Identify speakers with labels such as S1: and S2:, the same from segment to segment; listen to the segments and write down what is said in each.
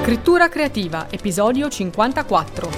S1: Scrittura creativa, episodio 54.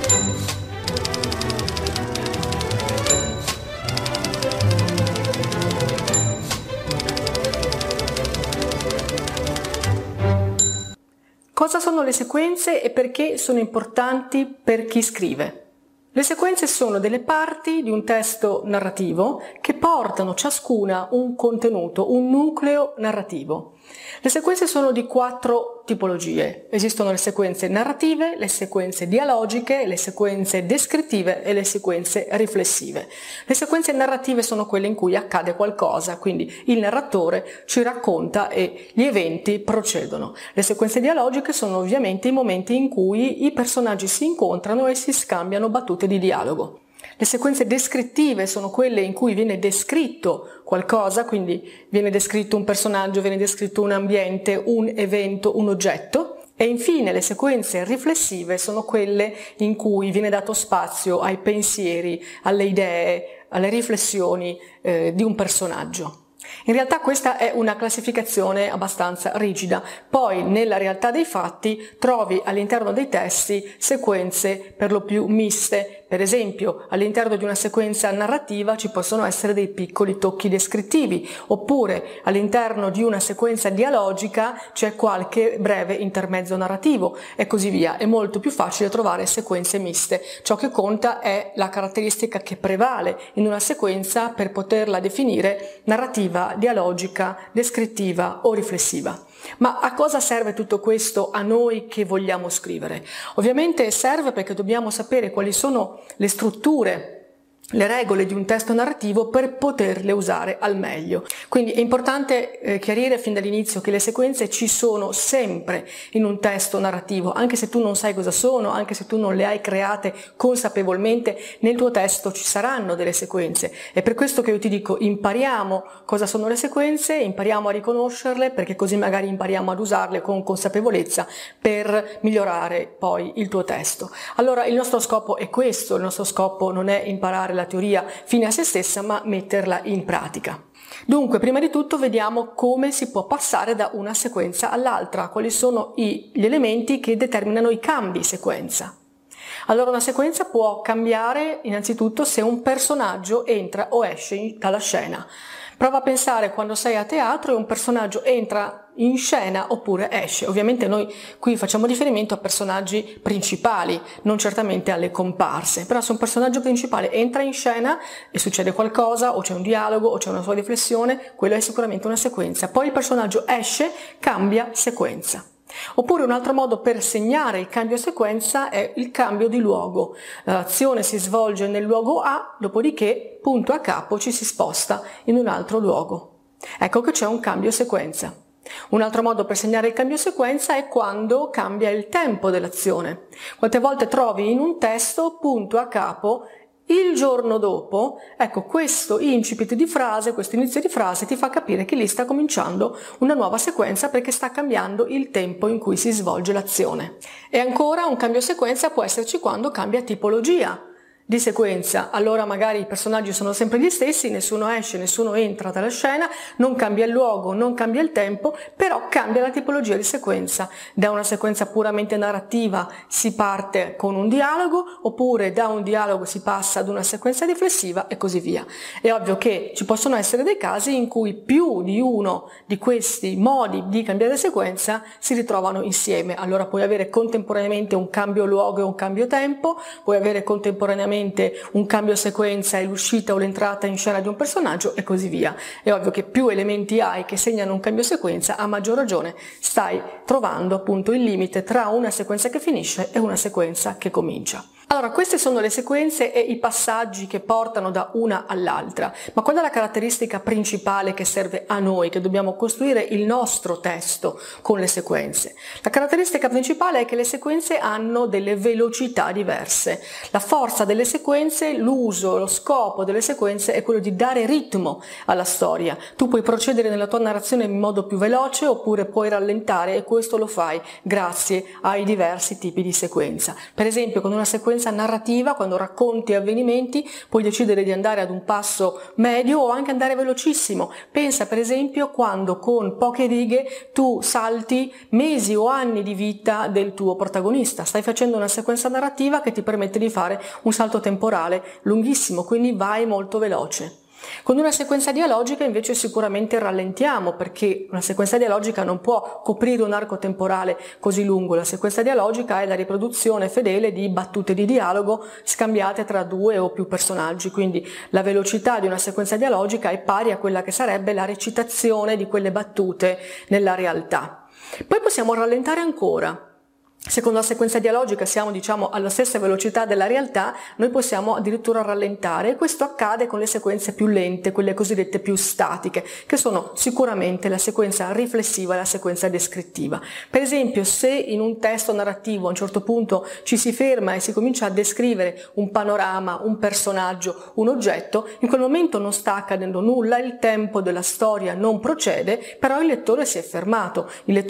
S2: Cosa sono le sequenze e perché sono importanti per chi scrive? Le sequenze sono delle parti di un testo narrativo che portano ciascuna un contenuto, un nucleo narrativo. Le sequenze sono di 4 tipologie. Esistono le sequenze narrative, le sequenze dialogiche, le sequenze descrittive e le sequenze riflessive. Le sequenze narrative sono quelle in cui accade qualcosa, quindi il narratore ci racconta e gli eventi procedono. Le sequenze dialogiche sono ovviamente i momenti in cui i personaggi si incontrano e si scambiano battute di dialogo. Le sequenze descrittive sono quelle in cui viene descritto qualcosa, quindi viene descritto un personaggio, viene descritto un ambiente, un evento, un oggetto. E infine le sequenze riflessive sono quelle in cui viene dato spazio ai pensieri, alle idee, alle riflessioni di un personaggio. In realtà questa è una classificazione abbastanza rigida, poi nella realtà dei fatti trovi all'interno dei testi sequenze per lo più miste. Per esempio, all'interno di una sequenza narrativa ci possono essere dei piccoli tocchi descrittivi, oppure all'interno di una sequenza dialogica c'è qualche breve intermezzo narrativo e così via. È molto più facile trovare sequenze miste. Ciò che conta è la caratteristica che prevale in una sequenza per poterla definire narrativa, dialogica, descrittiva o riflessiva. Ma a cosa serve tutto questo a noi che vogliamo scrivere? Ovviamente serve perché dobbiamo sapere quali sono le strutture, le regole di un testo narrativo per poterle usare al meglio. Quindi è importante chiarire fin dall'inizio che le sequenze ci sono sempre in un testo narrativo, anche se tu non sai cosa sono, anche se tu non le hai create consapevolmente, nel tuo testo ci saranno delle sequenze. È per questo che io ti dico: impariamo cosa sono le sequenze, impariamo a riconoscerle, perché così magari impariamo ad usarle con consapevolezza per migliorare poi il tuo testo. Allora il nostro scopo è questo, il nostro scopo non è imparare la teoria fine a se stessa, ma metterla in pratica. Dunque, prima di tutto vediamo come si può passare da una sequenza all'altra, quali sono gli elementi che determinano i cambi sequenza. Allora, una sequenza può cambiare innanzitutto se un personaggio entra o esce dalla scena. Prova a pensare quando sei a teatro e un personaggio entra in scena oppure esce. Ovviamente noi qui facciamo riferimento a personaggi principali, non certamente alle comparse. Però se un personaggio principale entra in scena e succede qualcosa, o c'è un dialogo, o c'è una sua riflessione, quello è sicuramente una sequenza. Poi il personaggio esce, cambia sequenza. Oppure un altro modo per segnare il cambio sequenza è il cambio di luogo. L'azione si svolge nel luogo A, dopodiché, punto a capo, ci si sposta in un altro luogo. Ecco che c'è un cambio sequenza. Un altro modo per segnare il cambio sequenza è quando cambia il tempo dell'azione. Quante volte trovi in un testo, punto a capo, il giorno dopo, ecco, questo incipit di frase, questo inizio di frase ti fa capire che lì sta cominciando una nuova sequenza perché sta cambiando il tempo in cui si svolge l'azione. E ancora un cambio sequenza può esserci quando cambia tipologia di sequenza. Allora magari i personaggi sono sempre gli stessi, nessuno esce, nessuno entra dalla scena, non cambia il luogo, non cambia il tempo, però cambia la tipologia di sequenza. Da una sequenza puramente narrativa si parte con un dialogo, oppure da un dialogo si passa ad una sequenza riflessiva e così via. È ovvio che ci possono essere dei casi in cui più di uno di questi modi di cambiare sequenza si ritrovano insieme. Allora puoi avere contemporaneamente un cambio luogo e un cambio tempo, puoi avere contemporaneamente un cambio sequenza e l'uscita o l'entrata in scena di un personaggio e così via. È ovvio che più elementi hai che segnano un cambio sequenza, a maggior ragione stai trovando appunto il limite tra una sequenza che finisce e una sequenza che comincia. Allora, queste sono le sequenze e i passaggi che portano da una all'altra, ma qual è la caratteristica principale che serve a noi, che dobbiamo costruire il nostro testo con le sequenze? La caratteristica principale è che le sequenze hanno delle velocità diverse. La forza delle sequenze, l'uso, lo scopo delle sequenze è quello di dare ritmo alla storia. Tu puoi procedere nella tua narrazione in modo più veloce oppure puoi rallentare, e questo lo fai grazie ai diversi tipi di sequenza. Per esempio, con una sequenza sequenza narrativa, quando racconti avvenimenti, puoi decidere di andare ad un passo medio o anche andare velocissimo. Pensa per esempio quando con poche righe tu salti mesi o anni di vita del tuo protagonista. Stai facendo una sequenza narrativa che ti permette di fare un salto temporale lunghissimo, quindi vai molto veloce. Con una sequenza dialogica invece sicuramente rallentiamo, perché una sequenza dialogica non può coprire un arco temporale così lungo. La sequenza dialogica è la riproduzione fedele di battute di dialogo scambiate tra due o più personaggi, quindi la velocità di una sequenza dialogica è pari a quella che sarebbe la recitazione di quelle battute nella realtà. Poi possiamo rallentare ancora. Se con la sequenza dialogica siamo alla stessa velocità della realtà, noi possiamo addirittura rallentare, e questo accade con le sequenze più lente, quelle cosiddette più statiche, che sono sicuramente la sequenza riflessiva e la sequenza descrittiva. Per esempio, se in un testo narrativo a un certo punto ci si ferma e si comincia a descrivere un panorama, un personaggio, un oggetto, in quel momento non sta accadendo nulla, il tempo della storia non procede, però il lettore si è fermato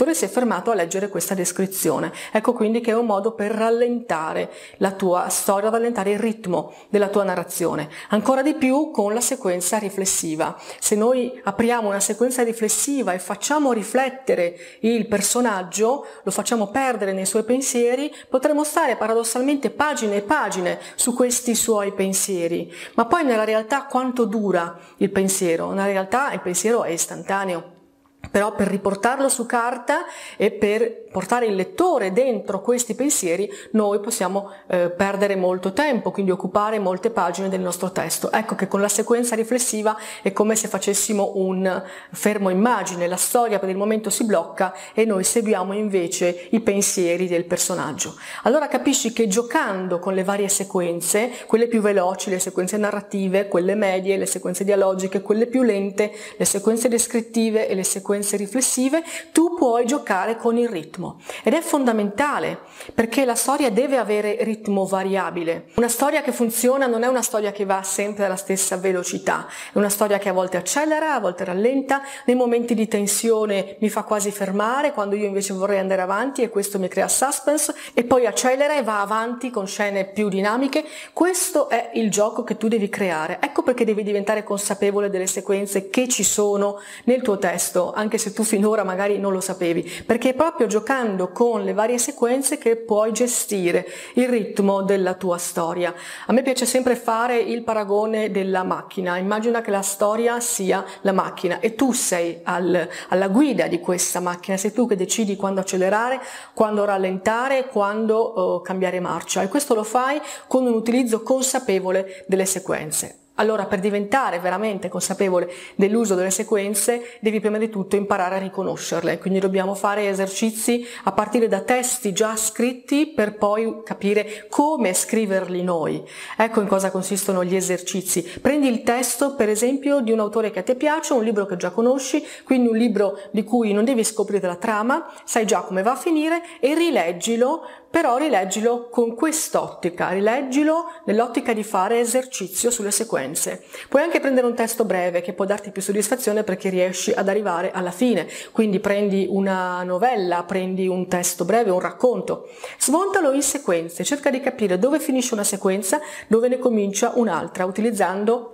S2: a leggere questa descrizione. Ecco quindi che è un modo per rallentare la tua storia, rallentare il ritmo della tua narrazione. Ancora di più con la sequenza riflessiva. Se noi apriamo una sequenza riflessiva e facciamo riflettere il personaggio, lo facciamo perdere nei suoi pensieri, potremo stare paradossalmente pagine e pagine su questi suoi pensieri. Ma poi nella realtà quanto dura il pensiero? Nella realtà il pensiero è istantaneo. Però per riportarlo su carta e per portare il lettore dentro questi pensieri noi possiamo perdere molto tempo, quindi occupare molte pagine del nostro testo. Ecco che con la sequenza riflessiva è come se facessimo un fermo immagine, la storia per il momento si blocca e noi seguiamo invece i pensieri del personaggio. Allora capisci che giocando con le varie sequenze, quelle più veloci, le sequenze narrative, quelle medie, le sequenze dialogiche, quelle più lente, le sequenze descrittive e le sequenze riflessive, tu puoi giocare con il ritmo, ed è fondamentale perché la storia deve avere ritmo variabile. Una storia che funziona non è una storia che va sempre alla stessa velocità, è una storia che a volte accelera, a volte rallenta, nei momenti di tensione mi fa quasi fermare quando io invece vorrei andare avanti e questo mi crea suspense, e poi accelera e va avanti con scene più dinamiche. Questo è il gioco che tu devi creare. Ecco perché devi diventare consapevole delle sequenze che ci sono nel tuo testo, anche se tu finora magari non lo sapevi, perché è proprio giocando con le varie sequenze che puoi gestire il ritmo della tua storia. A me piace sempre fare il paragone della macchina. Immagina che la storia sia la macchina e tu sei alla guida di questa macchina, sei tu che decidi quando accelerare, quando rallentare, quando cambiare marcia, e questo lo fai con un utilizzo consapevole delle sequenze. Allora, per diventare veramente consapevole dell'uso delle sequenze, devi prima di tutto imparare a riconoscerle. Quindi dobbiamo fare esercizi a partire da testi già scritti per poi capire come scriverli noi. Ecco in cosa consistono gli esercizi. Prendi il testo, per esempio, di un autore che a te piace, un libro che già conosci, quindi un libro di cui non devi scoprire la trama, sai già come va a finire, e rileggilo, però rileggilo con quest'ottica, rileggilo nell'ottica di fare esercizio sulle sequenze. Puoi anche prendere un testo breve che può darti più soddisfazione perché riesci ad arrivare alla fine, quindi prendi una novella, prendi un testo breve, un racconto, smontalo in sequenze, cerca di capire dove finisce una sequenza, dove ne comincia un'altra, utilizzando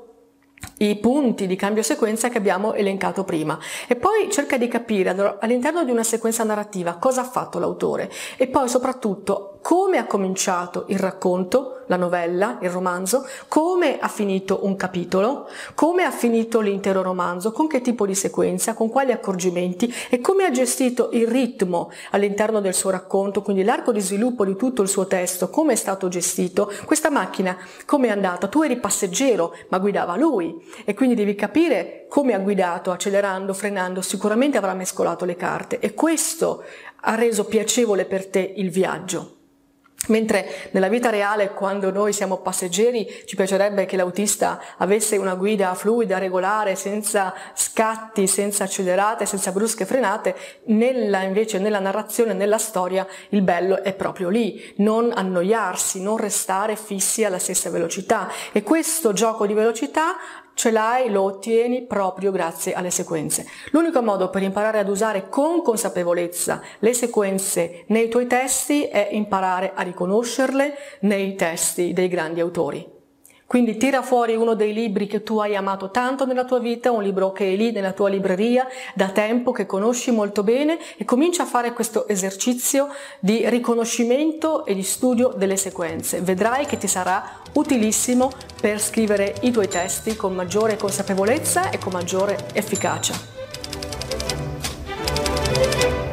S2: i punti di cambio sequenza che abbiamo elencato prima, e poi cerca di capire all'interno di una sequenza narrativa cosa ha fatto l'autore e poi soprattutto come ha cominciato il racconto, la novella, il romanzo, come ha finito un capitolo, come ha finito l'intero romanzo, con che tipo di sequenza, con quali accorgimenti e come ha gestito il ritmo all'interno del suo racconto, quindi l'arco di sviluppo di tutto il suo testo, come è stato gestito, questa macchina come è andata, tu eri passeggero ma guidava lui e quindi devi capire come ha guidato, accelerando, frenando, sicuramente avrà mescolato le carte e questo ha reso piacevole per te il viaggio. Mentre nella vita reale, quando noi siamo passeggeri, ci piacerebbe che l'autista avesse una guida fluida, regolare, senza scatti, senza accelerate, senza brusche frenate. Invece nella narrazione, nella storia, il bello è proprio lì, non annoiarsi, non restare fissi alla stessa velocità. E questo gioco di velocità ce l'hai, lo ottieni proprio grazie alle sequenze. L'unico modo per imparare ad usare con consapevolezza le sequenze nei tuoi testi è imparare a riconoscerle nei testi dei grandi autori. Quindi tira fuori uno dei libri che tu hai amato tanto nella tua vita, un libro che è lì nella tua libreria da tempo, che conosci molto bene, e comincia a fare questo esercizio di riconoscimento e di studio delle sequenze. Vedrai che ti sarà utilissimo per scrivere i tuoi testi con maggiore consapevolezza e con maggiore efficacia.